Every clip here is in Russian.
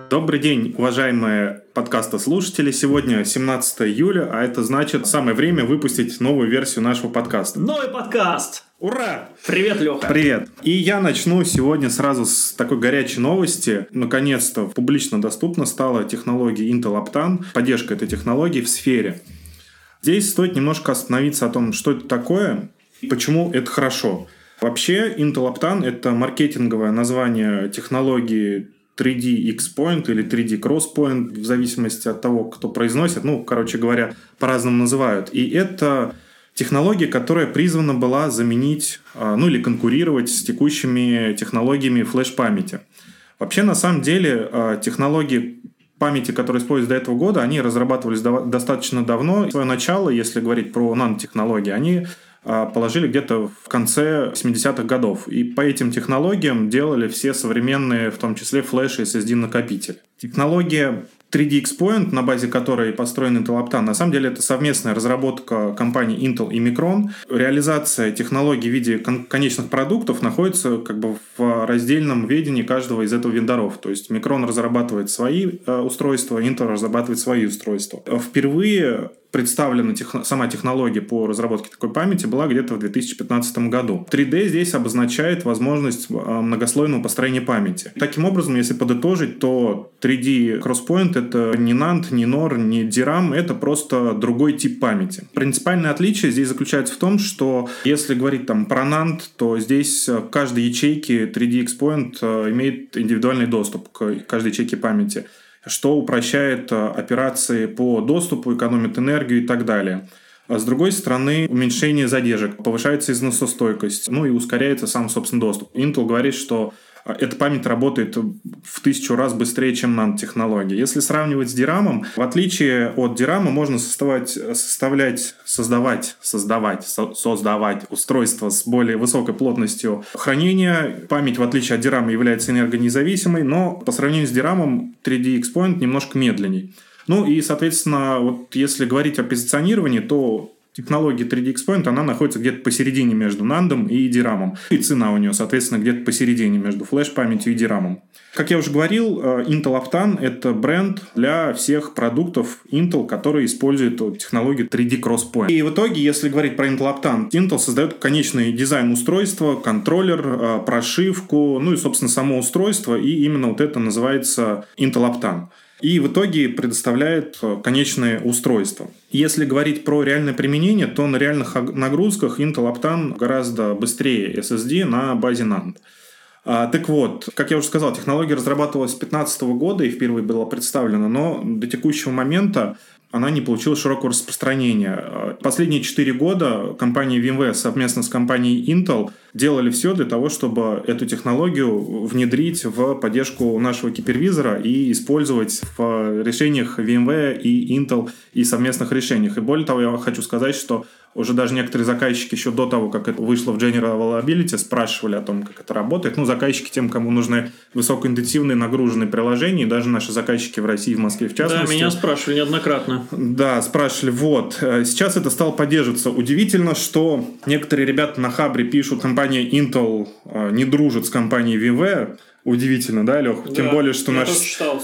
Добрый день, уважаемые подкастослушатели. Сегодня 17 июля, а это значит самое время выпустить новую версию нашего подкаста. Новый подкаст! Ура! Привет, Леха! Привет! И я начну сегодня сразу с такой горячей новости. Наконец-то публично доступна стала технология Intel Optane, поддержка этой технологии в сфере. Здесь стоит немножко остановиться о том, что это такое и почему это хорошо. Вообще, Intel Optane – это маркетинговое название технологии 3D X-Point или 3D Crosspoint, в зависимости от того, кто произносит. Короче говоря, по-разному называют. И это технология, которая призвана была заменить, или конкурировать с текущими технологиями флеш-памяти. Вообще, на самом деле, технологии памяти, которые используются до этого года, они разрабатывались достаточно давно. Свое начало, если говорить про нанотехнологии, они положили где-то в конце 70-х годов. И по этим технологиям делали все современные, в том числе флеш и SSD-накопители. Технология 3D X-Point, на базе которой построен Intel Optane, на самом деле это совместная разработка компаний Intel и Micron. Реализация технологий в виде конечных продуктов находится в раздельном ведении каждого из этого вендоров. То есть Micron разрабатывает свои устройства, Intel разрабатывает свои устройства. Впервые представлена сама технология по разработке такой памяти была где-то в 2015 году. 3D здесь обозначает возможность многослойного построения памяти. Таким образом, если подытожить, то 3D Crosspoint — это не NAND, не NOR, не DRAM, это просто другой тип памяти. Принципиальное отличие здесь заключается в том, что если говорить про NAND, то здесь к каждой ячейке 3D X-Point имеет индивидуальный доступ к каждой ячейке памяти, что упрощает операции по доступу, экономит энергию и так далее. А с другой стороны, уменьшение задержек, повышается износостойкость, и ускоряется сам, собственно, доступ. Intel говорит, что эта память работает в 1000 раз быстрее, чем нанотехнология. Если сравнивать с DRAM, в отличие от DRAM, можно создавать устройства с более высокой плотностью хранения. Память, в отличие от DRAM, является энергонезависимой, но по сравнению с DRAM 3D X-Point немножко медленней. И, соответственно, если говорить о позиционировании, то технология 3D X-Point, она находится где-то посередине между NAND и DRAM. И цена у нее, соответственно, где-то посередине между флеш-памятью и DRAM. Как я уже говорил, Intel Optane – это бренд для всех продуктов Intel, которые используют технологию 3D Crosspoint. И в итоге, если говорить про Intel Optane, Intel создает конечный дизайн устройства, контроллер, прошивку, и, собственно, само устройство. И именно это называется Intel Optane. И в итоге предоставляет конечное устройство. Если говорить про реальное применение, то на реальных нагрузках Intel Optane гораздо быстрее SSD на базе NAND. Так вот, как я уже сказал, технология разрабатывалась с 2015 года и впервые была представлена, но до текущего момента она не получила широкого распространения. Последние 4 года компания VMware совместно с компанией Intel делали все для того, чтобы эту технологию внедрить в поддержку нашего гипервизора и использовать в решениях VMware и Intel и совместных решениях. И более того, я хочу сказать, что уже даже некоторые заказчики еще до того, как это вышло в General Availability, спрашивали о том, как это работает. Заказчики тем, кому нужны высокоинтенсивные нагруженные приложения, и даже наши заказчики в России, в Москве в частности. Да, меня спрашивали неоднократно. Да, спрашивали. Сейчас это стало поддерживаться. Удивительно, что некоторые ребята на Хабре пишут, компания Intel не дружит с компанией VMware. Удивительно, да, Лех? Да, тем более, что наш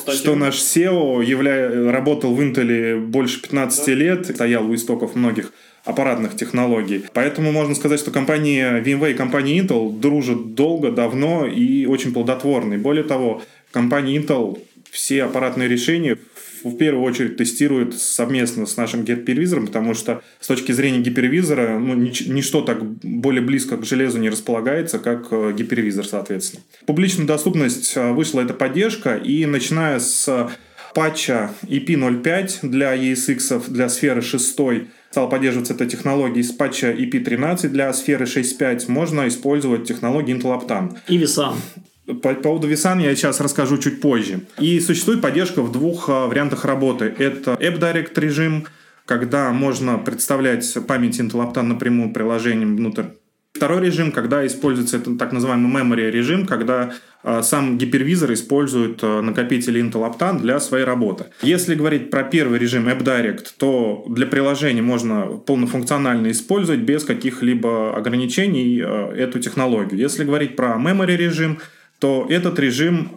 SEO работал в Intel больше 15 лет, стоял у истоков многих аппаратных технологий. Поэтому можно сказать, что компания VMware и компания Intel дружат долго, давно и очень плодотворно. И более того, компания Intel все аппаратные решения в первую очередь тестирует совместно с нашим гипервизором, потому что с точки зрения гипервизора ничто так более близко к железу не располагается, как гипервизор, соответственно. В публичную доступность вышла эта поддержка, и начиная с патча EP05 для ESX, для сферы 6, стала поддерживаться эта технология, из патча EP13 для сферы 6.5 можно использовать технологию Intel Optane. И Visan. По поводу Visan я сейчас расскажу чуть позже. И существует поддержка в 2 вариантах работы. Это App Direct режим, когда можно представлять память Intel Optane напрямую приложением внутрь. Второй режим, когда используется так называемый memory режим, когда сам гипервизор использует накопители Intel Optane для своей работы. Если говорить про первый режим App Direct, то для приложений можно полнофункционально использовать без каких-либо ограничений эту технологию. Если говорить про memory режим, то этот режим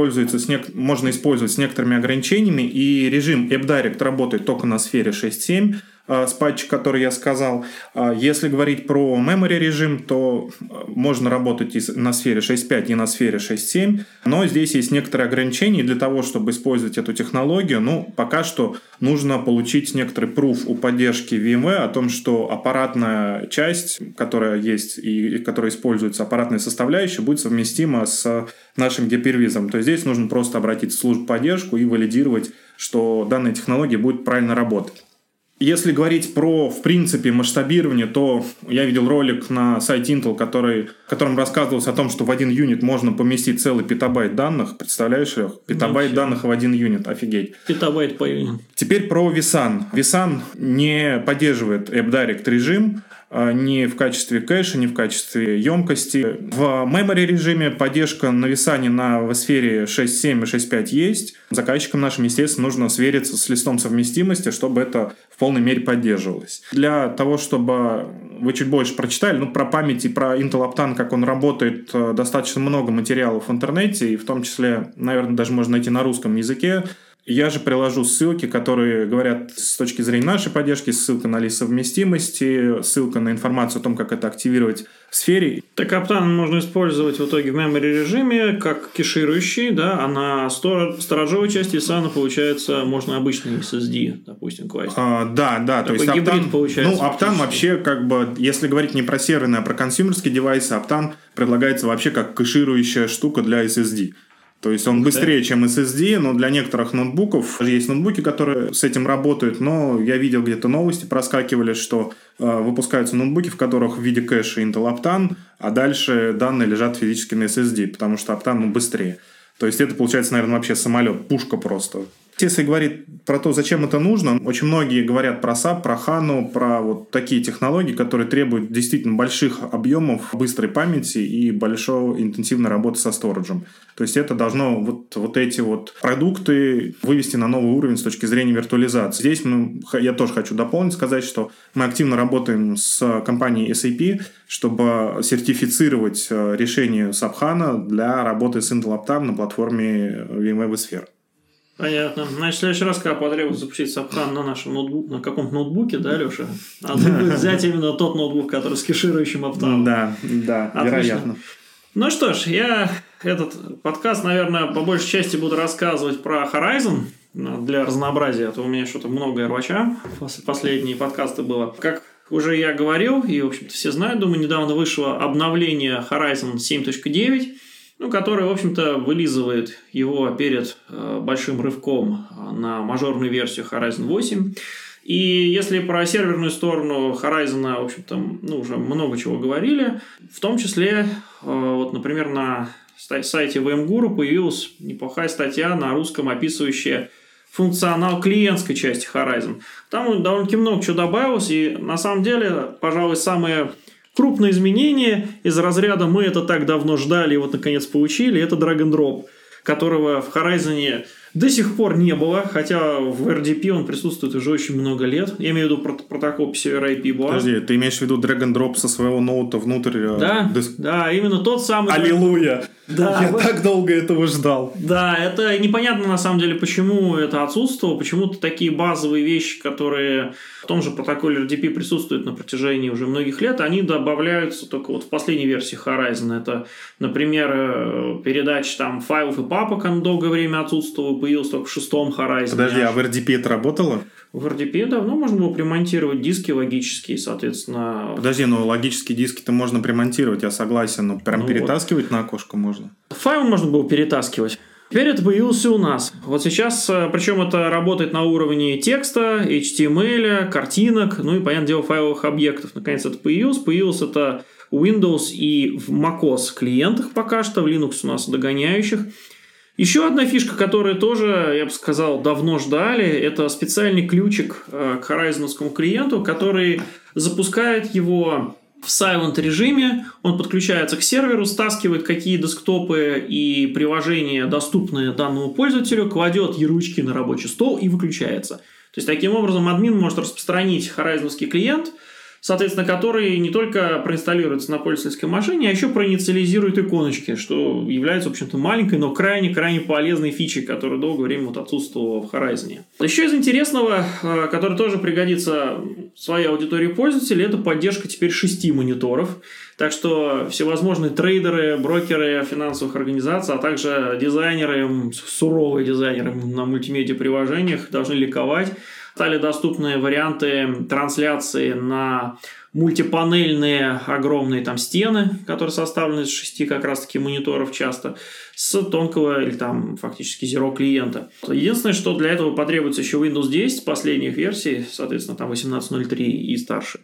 можно использовать с некоторыми ограничениями, и режим AppDirect работает только на сфере 6.7, с патча, который я сказал. Если говорить про memory режим, то можно работать и на сфере 6.5, и на сфере 6.7, но здесь есть некоторые ограничения. Для того, чтобы использовать эту технологию, пока что нужно получить некоторый proof у поддержки VMware о том, что аппаратная часть, которая есть и которая используется, аппаратная составляющая, будет совместима с нашим гипервизором. То есть здесь нужно просто обратиться в службу поддержку и валидировать, что данная технология будет правильно работать. Если говорить про, в принципе, масштабирование, то я видел ролик на сайте Intel, в котором рассказывалось о том, что в один юнит можно поместить целый петабайт данных. Представляешь, Лех? Петабайт данных в один юнит. Офигеть. Петабайт по юниту. Теперь про vSAN. vSAN не поддерживает AppDirect режим ни в качестве кэша, ни в качестве емкости. В memory режиме поддержка на vSAN в сфере 6.7 и 6.5 есть. Заказчикам нашим, естественно, нужно свериться с листом совместимости, чтобы это в полной мере поддерживалось. Для того, чтобы вы чуть больше прочитали, про память и про Intel Optane, как он работает, достаточно много материалов в интернете, и в том числе, наверное, даже можно найти на русском языке. Я же приложу ссылки, которые говорят с точки зрения нашей поддержки, ссылка на лист совместимости, ссылка на информацию о том, как это активировать в сфере. Так Optane можно использовать в итоге в memory режиме как кеширующий, да, а на сторажовой части vSAN, получается, можно обычный SSD, допустим, класть. Да, то есть гибрид получается. Optane вообще, если говорить не про серверные, а про консюмерские девайсы, Optane предлагается вообще как кэширующая штука для SSD. То есть он быстрее, чем SSD, но для некоторых ноутбуков есть ноутбуки, которые с этим работают, но я видел где-то новости проскакивали, что выпускаются ноутбуки, в которых в виде кэша Intel Optane, а дальше данные лежат физически на SSD, потому что Optane быстрее. То есть это получается, наверное, вообще самолет, пушка просто. Если говорить про то, зачем это нужно, очень многие говорят про SAP, про HANA, про вот такие технологии, которые требуют действительно больших объемов быстрой памяти и большой интенсивной работы со сториджем. То есть это должно вот эти продукты вывести на новый уровень с точки зрения виртуализации. Здесь я тоже хочу дополнить, сказать, что мы активно работаем с компанией SAP, чтобы сертифицировать решение SAP HANA для работы с Intel Optane на платформе VMware vSphere. Понятно. Значит, в следующий раз, когда потребуется запустить SAP HANA на нашем ноутбуке, на каком-то ноутбуке, да, Леша? Надо будет взять именно тот ноутбук, который с кеширующим Optane. Да, вероятно. Ну что ж, я этот подкаст, наверное, по большей части буду рассказывать про Horizon для разнообразия, а то у меня что-то много рвача. Последние подкасты было. Как уже я говорил, и, в общем-то, все знают, думаю, недавно вышло обновление Horizon 7.9, который, в общем-то, вылизывает его перед большим рывком на мажорную версию Horizon 8. И если про серверную сторону Horizon, в общем-то, уже много чего говорили, в том числе, например, на сайте VMGuru появилась неплохая статья на русском, описывающая функционал клиентской части Horizon. Там довольно-таки много чего добавилось, и на самом деле, пожалуй, самые крупные изменения из разряда «мы это так давно ждали и вот наконец получили» — это drag and drop, которого в Horizon до сих пор не было, хотя в RDP он присутствует уже очень много лет. Я имею в виду протокол PCI IP BLA. Подожди, ты имеешь в виду drag and drop со своего ноута внутрь? Да, именно тот самый. Аллилуйя! Да, я так долго этого ждал. Да, это непонятно на самом деле, почему это отсутствовало. Почему-то такие базовые вещи, которые в том же протоколе RDP присутствуют на протяжении уже многих лет, они добавляются только в последней версии Horizon. Это, например, передача файлов и папок, она долгое время отсутствовала, появилась только в 6-м Horizon. Подожди, а в RDP это работало? В RDP давно можно было примонтировать диски логические, соответственно. Подожди, логические диски-то можно примонтировать, я согласен, но прям перетаскивать на окошко можно? Файл можно было перетаскивать. Теперь это появилось и у нас. Вот сейчас, причем это работает на уровне текста, HTML, картинок, и, понятное дело, файловых объектов. Наконец это появилось. Появилось это в Windows и в macOS клиентах пока что, в Linux у нас догоняющих. Еще одна фишка, которую тоже, я бы сказал, давно ждали, это специальный ключик к Horizon-овскому клиенту, который запускает его в silent режиме, он подключается к серверу, стаскивает какие десктопы и приложения, доступные данному пользователю, кладет ярлычки на рабочий стол и выключается. То есть, таким образом, админ может распространить Horizon-овский клиент соответственно, который не только проинсталируется на пользовательской машине, а еще проинициализирует иконочки, что является, в общем-то, маленькой, но крайне-крайне полезной фичей, которая долгое время вот отсутствовала в Horizon. Еще из интересного, который тоже пригодится своей аудитории пользователей, это поддержка теперь 6 мониторов. Так что всевозможные трейдеры, брокеры финансовых организаций, а также дизайнеры, суровые дизайнеры на мультимедиа-приложениях должны ликовать. Стали доступны варианты трансляции на мультипанельные огромные там стены, которые составлены из 6 как раз-таки мониторов часто, с тонкого или там фактически zero клиента. Единственное, что для этого потребуется еще Windows 10 последних версий, соответственно, там 18.03 и старше.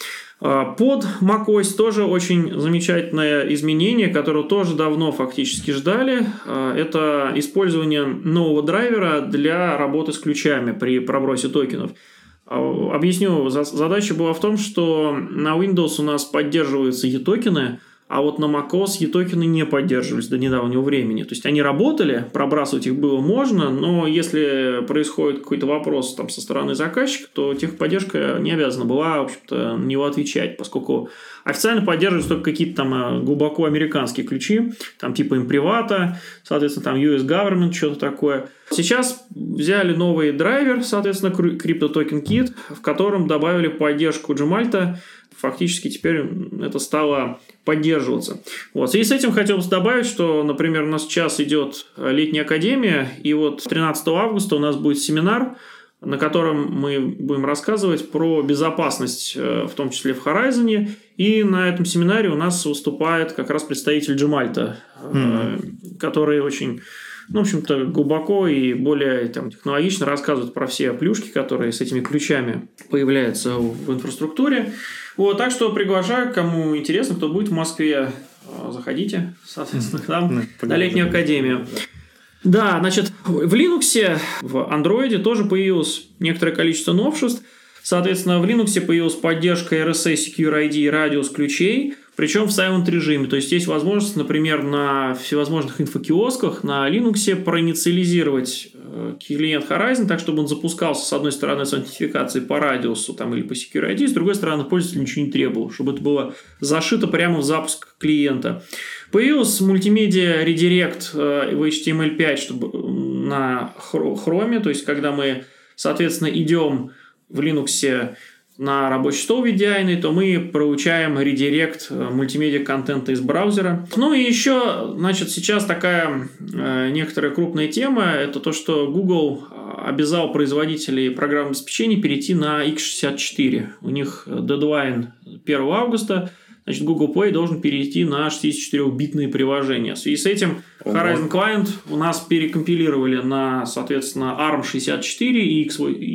Под macOS тоже очень замечательное изменение, которое тоже давно фактически ждали. Это использование нового драйвера для работы с ключами при пробросе токенов. Объясню, задача была в том, что на Windows у нас поддерживаются e-токены, а вот на macOS e-токены не поддерживались до недавнего времени. То есть они работали, пробрасывать их было можно, но если происходит какой-то вопрос там, со стороны заказчика, то техподдержка не обязана была, в общем-то, на него отвечать, поскольку официально поддерживаются только какие-то там глубоко американские ключи, там типа импривата, соответственно, там US Government, что-то такое. Сейчас взяли новый драйвер, соответственно, Crypto Token Kit, в котором добавили поддержку Gmalt. Фактически теперь это стало поддерживаться. Вот. В связи с этим хотел бы добавить, что, например, у нас сейчас идет летняя академия, и вот 13 августа у нас будет семинар, на котором мы будем рассказывать про безопасность, в том числе в Horizon. И на этом семинаре у нас выступает как раз представитель Gmalt, который очень... в общем-то, глубоко и более там, технологично рассказывают про все плюшки, которые с этими ключами появляются в инфраструктуре. Вот, так что приглашаю, кому интересно, кто будет в Москве, заходите, соответственно, к нам на летнюю академию. Да, значит, в Linux, в Android тоже появилось некоторое количество новшеств. Соответственно, в Linux появилась поддержка RSA, Secure ID и радиус ключей, причем в silent режиме. То есть, есть возможность, например, на всевозможных инфокиосках на Linux проинициализировать клиент Horizon так, чтобы он запускался, с одной стороны, с аутентификацией по радиусу там, или по Secure ID, с другой стороны, пользователь ничего не требовал, чтобы это было зашито прямо в запуск клиента. Появился мультимедиа редирект в HTML5 чтобы на Chrome, то есть, когда мы, соответственно, идем в Linux на рабочий стол VDI, то мы получаем редирект мультимедиа-контента из браузера. Ну и еще, значит, сейчас такая некоторая крупная тема, это то, что Google обязал производителей программного обеспечения перейти на x64. У них дедлайн 1 августа, значит, Google Play должен перейти на 64-битные приложения. В связи с этим Horizon Client у нас перекомпилировали на, соответственно, ARM64 и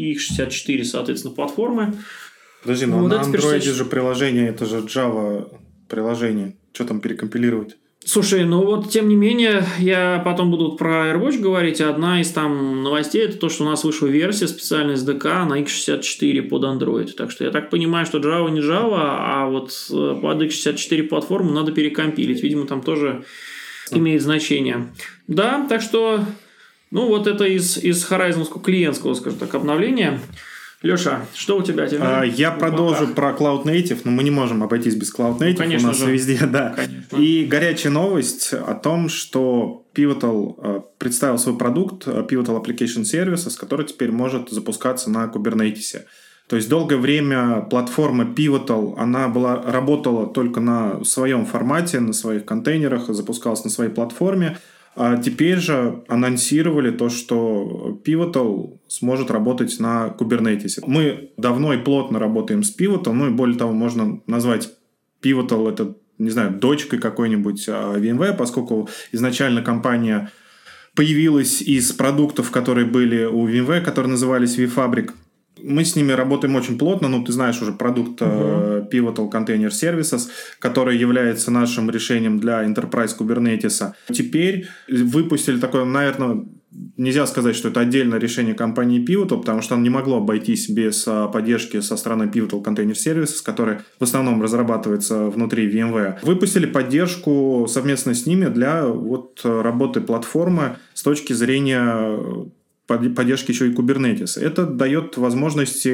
x64, соответственно, платформы. Подожди, но вот на Android же приложение, это же Java приложение. Что там перекомпилировать? Слушай, ну вот, тем не менее, я потом буду про AirWatch говорить. Одна из там новостей, это то, что у нас вышла версия специальная SDK на x64 под Android. Так что я так понимаю, что Java не Java, а вот под x64 платформу надо перекомпилить. Видимо, там тоже имеет значение. Да, так что, ну вот это из Horizon клиентского, скажем так, обновления. Леша, что у тебя? Я продолжу про Cloud Native, но мы не можем обойтись без Cloud Native. Конечно, у нас везде, да. Конечно. И горячая новость о том, что Pivotal представил свой продукт Pivotal Application Services, который теперь может запускаться на Kubernetes. То есть долгое время платформа Pivotal, она работала только на своем формате, на своих контейнерах, запускалась на своей платформе. А теперь же анонсировали то, что Pivotal сможет работать на Kubernetes. Мы давно и плотно работаем с Pivotal, ну и более того, можно назвать Pivotal это, не знаю, дочкой какой-нибудь VMware, поскольку изначально компания появилась из продуктов, которые были у VMware, которые назывались vFabric. Мы с ними работаем очень плотно. Ну, ты знаешь уже продукт Pivotal Container Services, который является нашим решением для Enterprise Kubernetes. Теперь выпустили такое, наверное, нельзя сказать, что это отдельное решение компании Pivotal, потому что оно не могло обойтись без поддержки со стороны Pivotal Container Services, который в основном разрабатывается внутри VMware. Выпустили поддержку совместно с ними для вот работы платформы с точки зрения поддержки еще и Kubernetes. Это дает возможности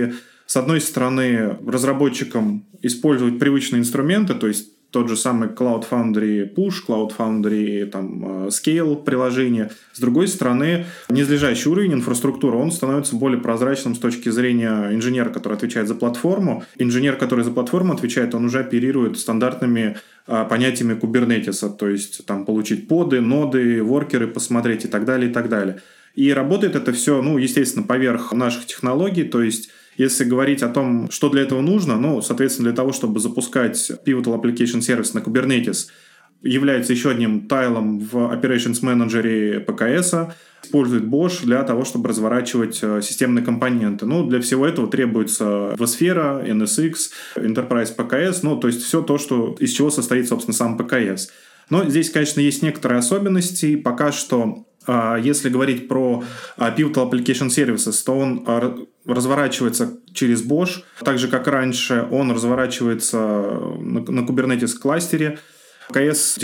с одной стороны, разработчикам использовать привычные инструменты, то есть тот же самый Cloud Foundry Push, Cloud Foundry там, Scale приложение. С другой стороны, низлежащий уровень инфраструктуры, он становится более прозрачным с точки зрения инженера, который отвечает за платформу. Инженер, который за платформу отвечает, он уже оперирует стандартными понятиями кубернетиса, то есть там получить поды, ноды, воркеры посмотреть и так далее, и так далее. И работает это все, естественно, поверх наших технологий, то есть если говорить о том, что для этого нужно, соответственно, для того, чтобы запускать Pivotal Application Service на Kubernetes, является еще одним тайлом в Operations Manager PKS, использует Bosch для того, чтобы разворачивать системные компоненты. Для всего этого требуется vSphere, NSX, Enterprise PKS, то есть все то, из чего состоит, собственно, сам PKS. Но здесь, конечно, есть некоторые особенности. Пока что, если говорить про Pivotal Application Services, то он разворачивается через Bosch. Так же, как раньше, он разворачивается на Kubernetes кластере. PKS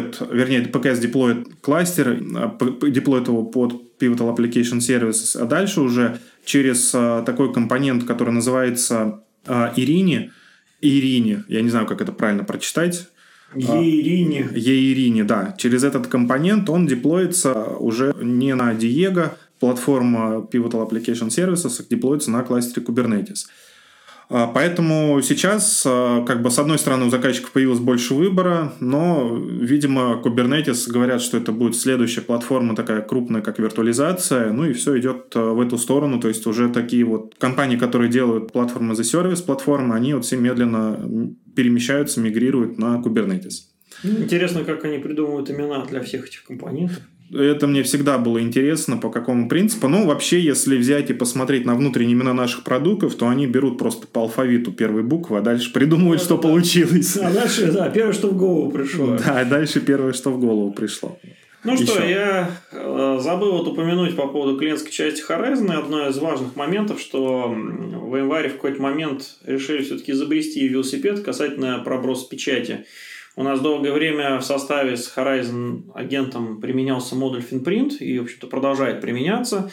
деплоит кластер, деплоит его под Pivotal Application Services, а дальше уже через такой компонент, который называется Irini, я не знаю, как это правильно прочитать. Irini, да. Через этот компонент он деплоится уже не на Diego, платформа Pivotal Application Services, а деплоится на кластере Kubernetes. Поэтому сейчас, с одной стороны, у заказчиков появилось больше выбора, но, видимо, Kubernetes говорят, что это будет следующая платформа такая крупная, как виртуализация, и все идет в эту сторону, то есть уже такие вот компании, которые делают платформы за сервис, платформы, они все медленно перемещаются, мигрируют на Kubernetes. Интересно, как они придумывают имена для всех этих компонентов. Это мне всегда было интересно, по какому принципу. Вообще, если взять и посмотреть на внутренние имена наших продуктов, то они берут просто по алфавиту первые буквы, а дальше придумывают, что получилось. А дальше, первое, что в голову пришло. Да, дальше первое, что в голову пришло. Я забыл упомянуть по поводу клиентской части Horizon. Одно из важных моментов, что в VMware в какой-то момент решили все-таки изобрести велосипед касательно проброса печати. У нас долгое время в составе с Horizon агентом применялся модуль FinPrint и, в общем-то, продолжает применяться.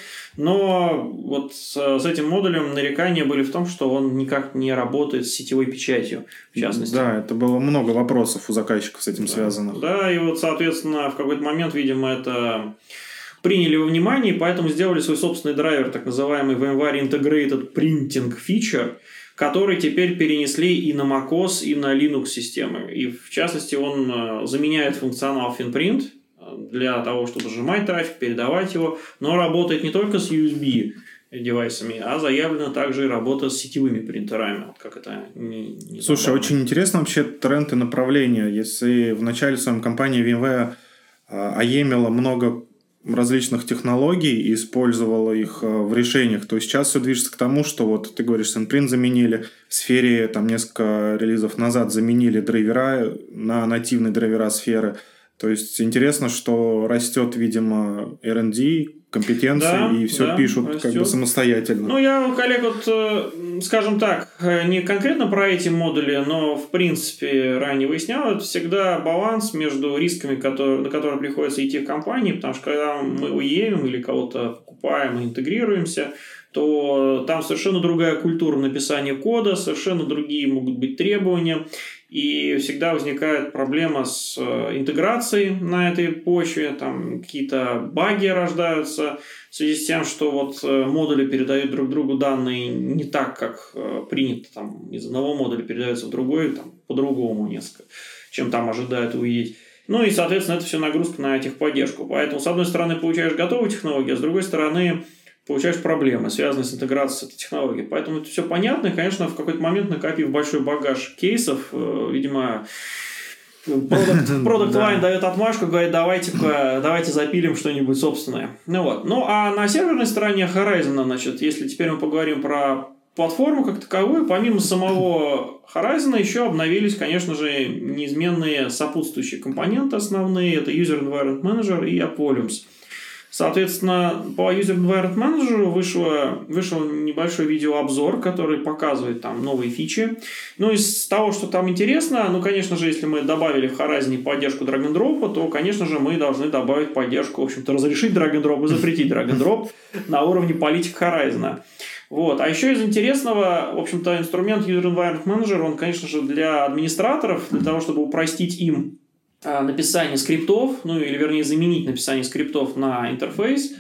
Но вот с этим модулем нарекания были в том, что он никак не работает с сетевой печатью, в частности. Да, это было много вопросов у заказчиков с этим связанных. Да, и соответственно, в какой-то момент, видимо, это приняли во внимание, и поэтому сделали свой собственный драйвер, так называемый VMware Integrated Printing Feature, который теперь перенесли и на macOS, и на Linux системы. И, в частности, он заменяет функционал FinPrint для того, чтобы сжимать трафик, передавать его, но работает не только с USB девайсами, а заявлена также и работа с сетевыми принтерами. Как это не Слушай, забавно. Очень интересно вообще тренд и направление. Если в начале своей компания VMware аемила много различных технологий и использовала их в решениях, то сейчас все движется к тому, что вот ты говоришь, FinPrint заменили, в сфере там несколько релизов назад заменили драйвера на нативные драйвера сферы. То есть интересно, что растет, видимо, R&D, компетенции, и все пишут растет. Самостоятельно. Я, коллег, скажем так, не конкретно про эти модули, но в принципе ранее выяснял, это всегда баланс между рисками, на которые приходится идти в компании, потому что когда мы уедем или кого-то покупаем и интегрируемся, то там совершенно другая культура написания кода, совершенно другие могут быть требования. И всегда возникает проблема с интеграцией на этой почве, там какие-то баги рождаются в связи с тем, что модули передают друг другу данные не так, как принято, там, из одного модуля передается в другой, там, по-другому несколько, чем там ожидают увидеть. И, соответственно, это все нагрузка на техподдержку. Поэтому, с одной стороны, получаешь готовую технологию, а с другой стороны, получаешь проблемы, связанные с интеграцией с этой технологией. Поэтому это все понятно. И, конечно, в какой-то момент, накопив большой багаж кейсов, видимо, Product Line дает отмашку, говорит, давайте запилим что-нибудь собственное. А на серверной стороне Horizon, если теперь мы поговорим про платформу как таковую, помимо самого Horizon еще обновились, конечно же, неизменные сопутствующие компоненты основные. Это User Environment Manager и AppVolumes. Соответственно, по User Environment Manager вышел небольшой видеообзор, который показывает там новые фичи. Из того, что там интересно, конечно же, если мы добавили в Horizon поддержку drag-and-drop, то, конечно же, мы должны добавить поддержку, в общем-то, разрешить drag-and-drop и запретить drag-and-drop на уровне политик Horizon. Вот. А еще из интересного, в общем-то, инструмент User Environment Manager, он, конечно же, для администраторов, для того, чтобы упростить им написание скриптов, ну или, вернее, заменить написание скриптов на интерфейс,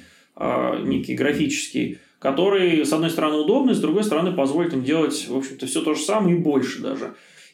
некий графический, который, с одной стороны, удобный, с другой стороны, позволит им делать, в общем-то, все то же самое и больше даже.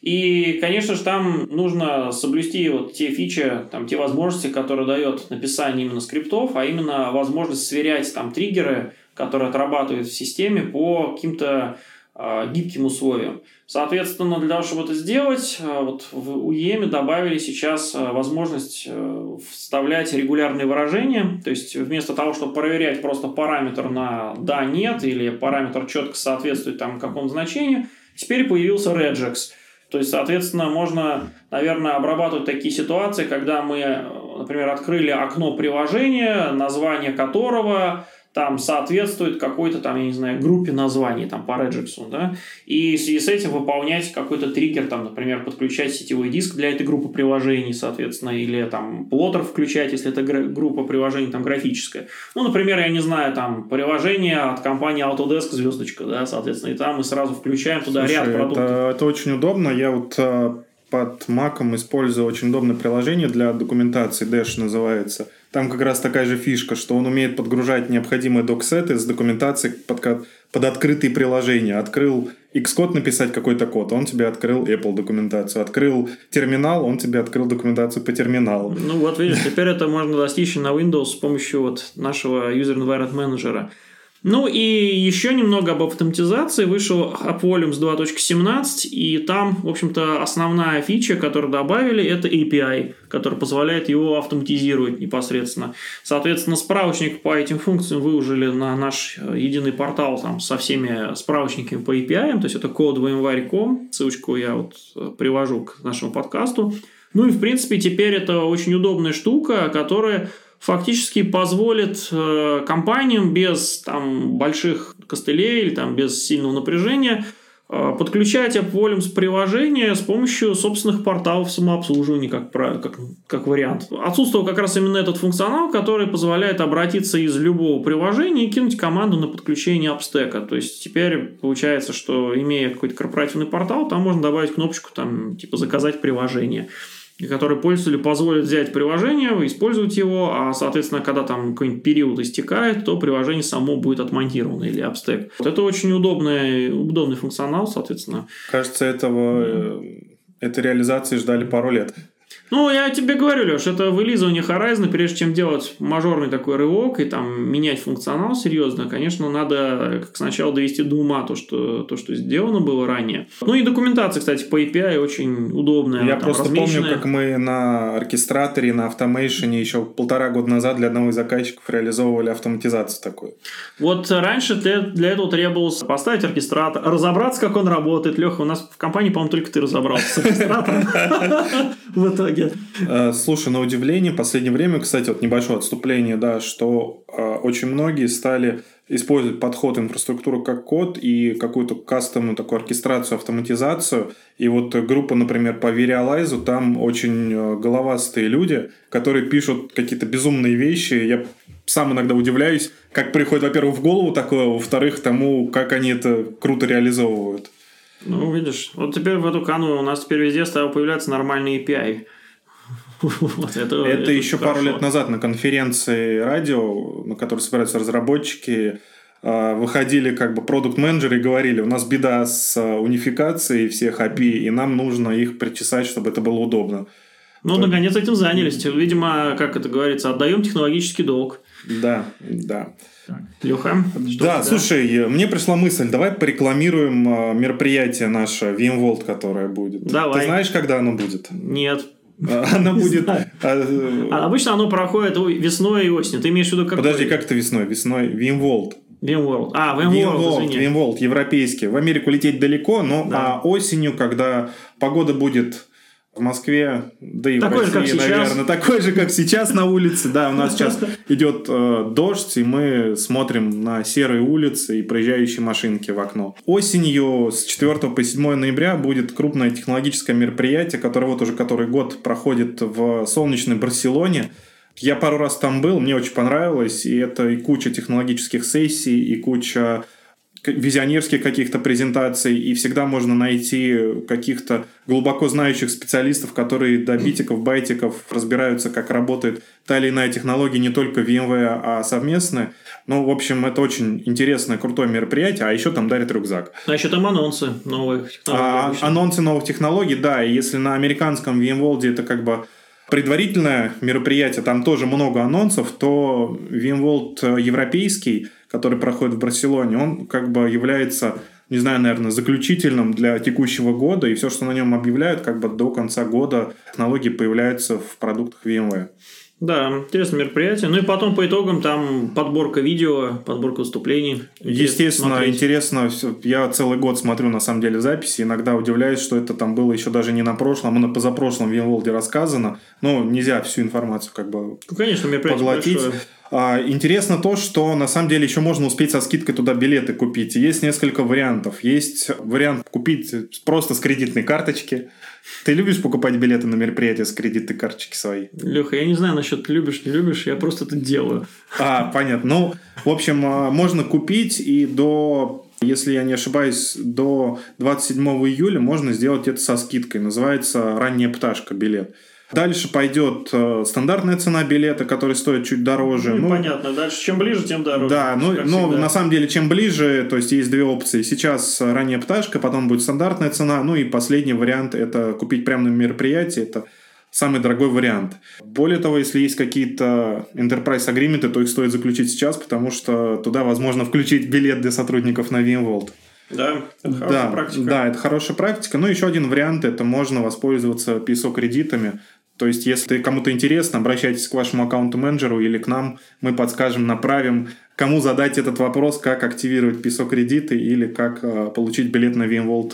И, конечно же, там нужно соблюсти вот те фичи, там, те возможности, которые дает написание именно скриптов, а именно возможность сверять там триггеры, которые отрабатывают в системе по каким-то гибким условиям. Соответственно, для того, чтобы это сделать, вот в UEM добавили сейчас возможность вставлять регулярные выражения. То есть вместо того, чтобы проверять просто параметр на «да», «нет» или параметр четко соответствует там какому значению, теперь появился regex. То есть, соответственно, можно, наверное, обрабатывать такие ситуации, когда мы, например, открыли окно приложения, название которого там соответствует какой-то там, я не знаю, группе названий там по regex, да, и в связи с этим выполнять какой-то триггер, там, например, подключать сетевой диск для этой группы приложений, соответственно, или там плоттер включать, если это группа приложений там графическая. Ну, например, я не знаю, там приложение от компании Autodesk звездочка, да, соответственно, и там мы сразу включаем туда ряд продуктов. Это очень удобно. Я вот под Mac'ом использую очень удобное приложение для документации, Dash называется. Там как раз такая же фишка, что он умеет подгружать необходимые доксеты с документацией под открытые приложения. Открыл Xcode написать какой-то код, он тебе открыл Apple документацию. Открыл терминал, он тебе открыл документацию по терминалу. Ну вот видишь, теперь это можно достичь на Windows с помощью вот нашего User Environment Manager. Ну и еще немного об автоматизации. Вышел AppVolumes 2.17, и там, в общем-то, основная фича, которую добавили, это API, который позволяет его автоматизировать непосредственно. Соответственно, справочник по этим функциям выложили на наш единый портал там, со всеми справочниками по API, то есть это code.vmware.com, ссылочку я вот привожу к нашему подкасту. Ну и, в принципе, теперь это очень удобная штука, которая фактически позволит компаниям без там, больших костылей или там, без сильного напряжения подключать AppVolumes приложение с помощью собственных порталов самообслуживания как вариант. Отсутствовал как раз именно этот функционал, который позволяет обратиться из любого приложения и кинуть команду на подключение апстека. То есть теперь получается, что имея какой-то корпоративный портал, там можно добавить кнопочку там, типа «Заказать приложение», который пользователю позволит взять приложение, использовать его, а, соответственно, когда там какой-нибудь период истекает, то приложение само будет отмонтировано или апстек. Вот это очень удобный функционал, соответственно. Кажется, этой реализации ждали пару лет. Ну, я тебе говорю, Леш, это вылизывание Horizon, прежде чем делать мажорный такой рывок и там менять функционал серьезно, конечно, надо сначала довести до ума то, что сделано было ранее. Ну и документация, кстати, по API очень удобная. Я просто помню, как мы на оркестраторе, на автомейшене еще 1,5 года назад для одного из заказчиков реализовывали автоматизацию такую. Вот раньше для этого требовалось поставить оркестратор, разобраться, как он работает. Леха, у нас в компании, по-моему, только ты разобрался с оркестратором в итоге. Слушай, на удивление, в последнее время, кстати, вот небольшое отступление, да, что очень многие стали использовать подход инфраструктуры как код и какую-то кастомную такую оркестрацию, автоматизацию. И вот группа, например, по Verialize, там очень головастые люди, которые пишут какие-то безумные вещи. Я сам иногда удивляюсь, как приходит, во-первых, в голову такое, во-вторых, тому, как они это круто реализовывают. Ну, видишь, вот теперь в эту канву у нас теперь везде стал появляться нормальный API. Это еще пару лет назад на конференции радио, на которой собираются разработчики, выходили как бы продукт-менеджеры и говорили, у нас беда с унификацией всех API, и нам нужно их причесать, чтобы это было удобно. Ну, наконец этим занялись. Видимо, как это говорится, отдаем технологический долг. Да. Леха? Да, слушай, мне пришла мысль, давай порекламируем мероприятие наше, VMworld, которое будет. Давай. Ты знаешь, когда оно будет? Нет. Оно будет... Обычно оно проходит весной и осенью. Ты имеешь в виду какой? Подожди, как это весной? Весной VMworld. VMworld, извини. VMworld, европейский. В Америку лететь далеко, но да. Осенью, когда погода будет в Москве, да и такой в России, наверное, такой же, как сейчас на улице. Да, у нас сейчас идет дождь, и мы смотрим на серые улицы и проезжающие машинки в окно. Осенью с 4 по 7 ноября будет крупное технологическое мероприятие, которое вот уже который год проходит в солнечной Барселоне. Я пару раз там был, мне очень понравилось, и это и куча технологических сессий, и куча визионерских каких-то презентаций, и всегда можно найти каких-то глубоко знающих специалистов, которые до битиков, байтиков разбираются, как работает та или иная технология, не только VMware, а совместно. Ну, в общем, это очень интересное, крутое мероприятие, а еще там дарят рюкзак. А еще там анонсы новых технологий. Анонсы новых технологий, да, и если на американском VMworld это как бы предварительное мероприятие, там тоже много анонсов, то VMworld европейский, который проходит в Барселоне, он как бы является, не знаю, наверное, заключительным для текущего года, и все, что на нем объявляют, как бы до конца года технологии появляются в продуктах VMware. Да, интересное мероприятие. Ну и потом по итогам там подборка видео, подборка выступлений. Естественно, интересно. Я целый год смотрю, на самом деле, записи. Иногда удивляюсь, что это там было еще даже не на прошлом, а на позапрошлом VMworld рассказано. Но нельзя всю информацию как бы конечно, поглотить. Интересно то, что на самом деле еще можно успеть со скидкой туда билеты купить. Есть несколько вариантов. Есть вариант купить просто с кредитной карточки. Ты любишь покупать билеты на мероприятия с кредитной карточки своей? Леха, я не знаю насчет любишь, не любишь, я просто это делаю. Понятно. Ну, в общем, можно купить, и если я не ошибаюсь, до 27 июля можно сделать это со скидкой. Называется «Ранняя пташка» билет. Дальше пойдет стандартная цена билета, который стоит чуть дороже. Понятно. Дальше чем ближе, тем дороже. Да, но на самом деле чем ближе, то есть есть две опции. Сейчас ранняя пташка, потом будет стандартная цена. Ну и последний вариант – это купить прямо на мероприятии. Это самый дорогой вариант. Более того, если есть какие-то enterprise agreement, то их стоит заключить сейчас, потому что туда возможно включить билет для сотрудников на VMworld. Да, это хорошая практика. Да, это хорошая практика. Ну, еще один вариант – это можно воспользоваться PSO-кредитами. То есть, если кому-то интересно, обращайтесь к вашему аккаунт-менеджеру или к нам. Мы подскажем, направим, кому задать этот вопрос, как активировать PSO-кредиты или как получить билет на VMworld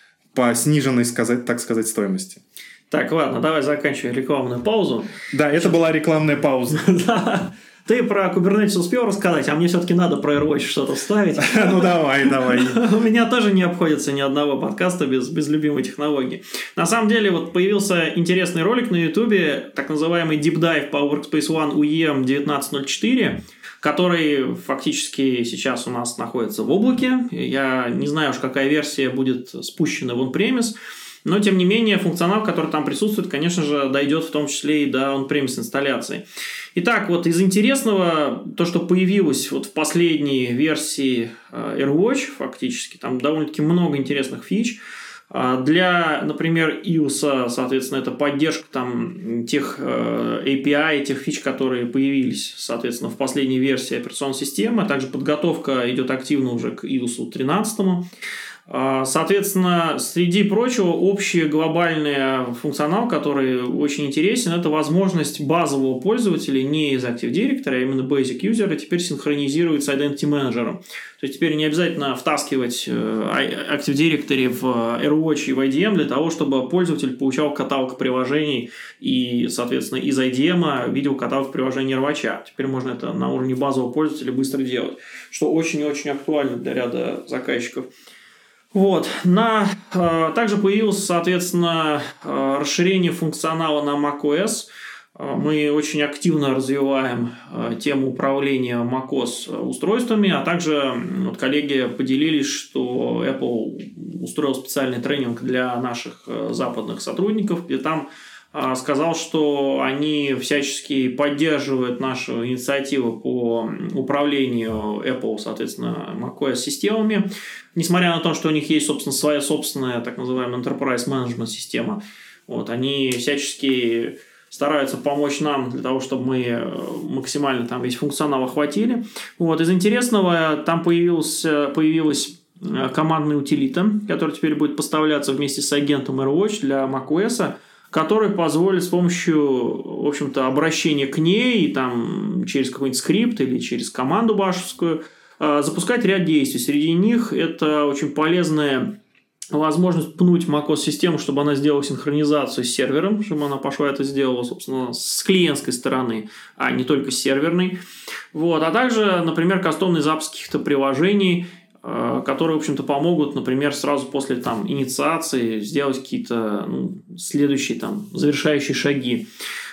по сниженной, так сказать, стоимости. Так, ладно, давай заканчивай рекламную паузу. Да, это была рекламная пауза. Да. Ты про Kubernetes успел рассказать, а мне все-таки надо про AirWatch что-то вставить. Ну, давай. У меня тоже не обходится ни одного подкаста без любимой технологии. На самом деле, вот появился интересный ролик на YouTube, так называемый Deep Dive по Workspace ONE UEM 19.04, который фактически сейчас у нас находится в облаке. Я не знаю уж, какая версия будет спущена в on-premise, но, тем не менее, функционал, который там присутствует, конечно же, дойдет в том числе и до on-premise инсталляции. Итак, вот из интересного, то, что появилось вот в последней версии AirWatch, фактически, там довольно-таки много интересных фич. Для, например, iOS, соответственно, это поддержка там тех API, тех фич, которые появились, соответственно, в последней версии операционной системы. Также подготовка идет активно уже к iOS 13. Соответственно, среди прочего, общий глобальный функционал, который очень интересен, это возможность базового пользователя не из Active Directory, а именно Basic User, теперь синхронизировать с Identity Manager. То есть, теперь не обязательно втаскивать Active Directory в AirWatch и в IDM для того, чтобы пользователь получал каталог приложений и, соответственно, из IDM видел каталог приложений AirWatch. Теперь можно это на уровне базового пользователя быстро делать, что очень и очень актуально для ряда заказчиков. Вот. Также появилось, соответственно, расширение функционала на macOS. Мы очень активно развиваем тему управления macOS устройствами, а также вот коллеги поделились, что Apple устроил специальный тренинг для наших западных сотрудников, где там сказал, что они всячески поддерживают нашу инициативу по управлению Apple, соответственно, macOS системами, несмотря на то, что у них есть, собственно, своя собственная, так называемая Enterprise Management система. Вот, они всячески стараются помочь нам для того, чтобы мы максимально там весь функционал охватили. Вот, из интересного там появилась командная утилита, которая теперь будет поставляться вместе с агентом AirWatch для macOS, который позволит с помощью, в общем-то, обращения к ней там, через какой-нибудь скрипт или через команду башевскую запускать ряд действий. Среди них это очень полезная возможность пнуть macOS-систему, чтобы она сделала синхронизацию с сервером, чтобы она пошла это сделала, собственно, с клиентской стороны, а не только с серверной. Вот. А также, например, кастомный запуск каких-то приложений, которые, в общем-то, помогут, например, сразу после инициации сделать какие-то следующие завершающие шаги.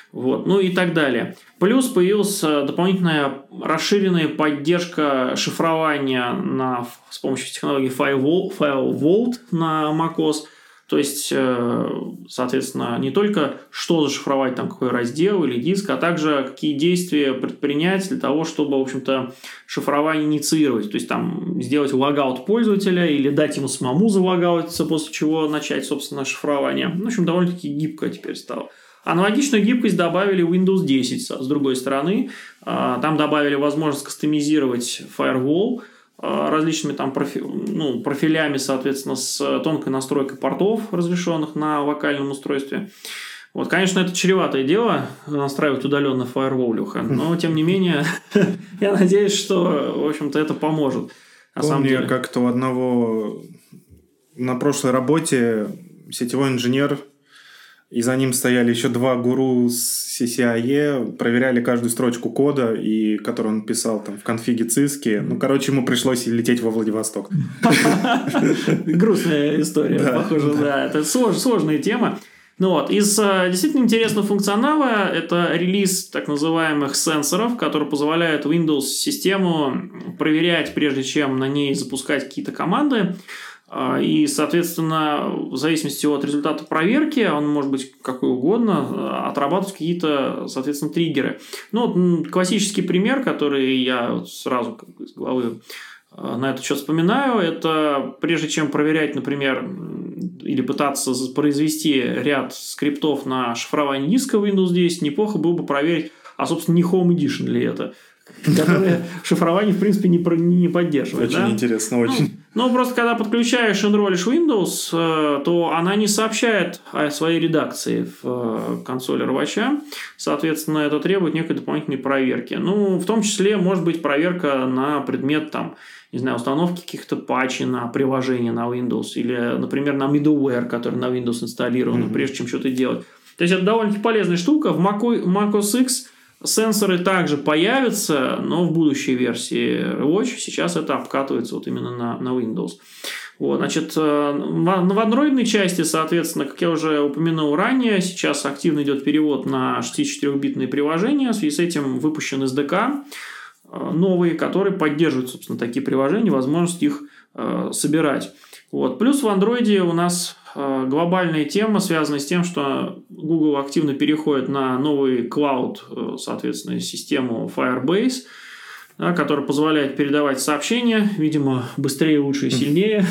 Вот, ну и так далее. Плюс появилась дополнительная расширенная поддержка шифрования с помощью технологии FileVault на macOS. То есть, соответственно, не только что зашифровать, там, какой раздел или диск, а также какие действия предпринять для того, чтобы, в общем-то, шифрование инициировать. То есть, там, сделать логаут пользователя или дать ему самому залогаутиться, после чего начать, собственно, шифрование. В общем, довольно-таки гибко теперь стало. Аналогичную гибкость добавили в Windows 10, с другой стороны. Там добавили возможность кастомизировать Firewall различными там профилями, соответственно, с тонкой настройкой портов, разрешенных на локальном устройстве. Вот, конечно, это чреватое дело настраивать удаленно Firewall, Леха, но, тем не менее, я надеюсь, что, в общем-то, это поможет. Помню, как-то у одного на прошлой работе сетевой инженер, и за ним стояли еще два гуру с CCIE, проверяли каждую строчку кода, которую он писал там в конфиге Циски. Ну, короче, ему пришлось лететь во Владивосток. Грустная история, похоже, да. Это сложная тема. Ну вот, из действительно интересного функционала это релиз так называемых сенсоров, который позволяет Windows-систему проверять, прежде чем на ней запускать какие-то команды. И, соответственно, в зависимости от результата проверки, он может быть какой угодно, отрабатывать какие-то, соответственно, триггеры. Ну, классический пример, который я сразу из головы на этот счет вспоминаю, это прежде чем проверять, например, или пытаться произвести ряд скриптов на шифрование диска в Windows 10, неплохо было бы проверить, а, собственно, не Home Edition ли это, которое шифрование, в принципе, не поддерживает. Очень интересно, очень. Ну, просто когда подключаешь и enrolишь Windows, то она не сообщает о своей редакции в консоли рвача. Соответственно, это требует некой дополнительной проверки. Ну, в том числе, может быть, проверка на предмет, там, не знаю, установки каких-то патчей на приложение на Windows или, например, на middleware, который на Windows инсталлирован, прежде чем что-то делать. То есть, это довольно-таки полезная штука. В macOS X сенсоры также появятся, но в будущей версии Watch. Сейчас это обкатывается вот именно на Windows. Вот, значит, в андроидной части, соответственно, как я уже упомянул ранее, сейчас активно идет перевод на 64-битные приложения. В связи с этим выпущен SDK новый, который поддерживает, собственно, такие приложения, возможность их собирать. Вот. Плюс в андроиде у нас глобальная тема, связанная с тем, что Google активно переходит на новый клауд, соответственно, систему Firebase, которая позволяет передавать сообщения, видимо, быстрее, лучше и сильнее.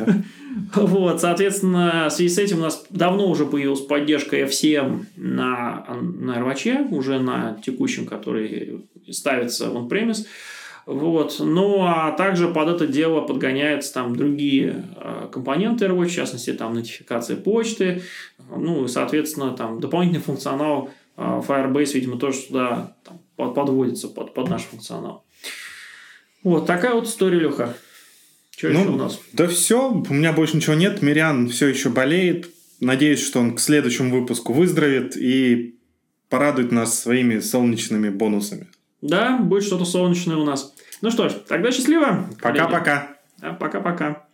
Вот, соответственно, в связи с этим у нас давно уже появилась поддержка FCM на рваче, уже на текущем, который ставится в on-premise. Вот. Ну, а также под это дело подгоняются там другие компоненты RWatch, в частности, там нотификация почты, ну, и, соответственно, там дополнительный функционал Firebase, видимо, тоже сюда там, подводится под наш функционал. Вот такая вот история, Леха. Что еще у нас? Да все, у меня больше ничего нет. Мирян все еще болеет. Надеюсь, что он к следующему выпуску выздоровеет и порадует нас своими солнечными бонусами. Да, будет что-то солнечное у нас. Ну что ж, тогда счастливо. Пока-пока. Да, пока-пока.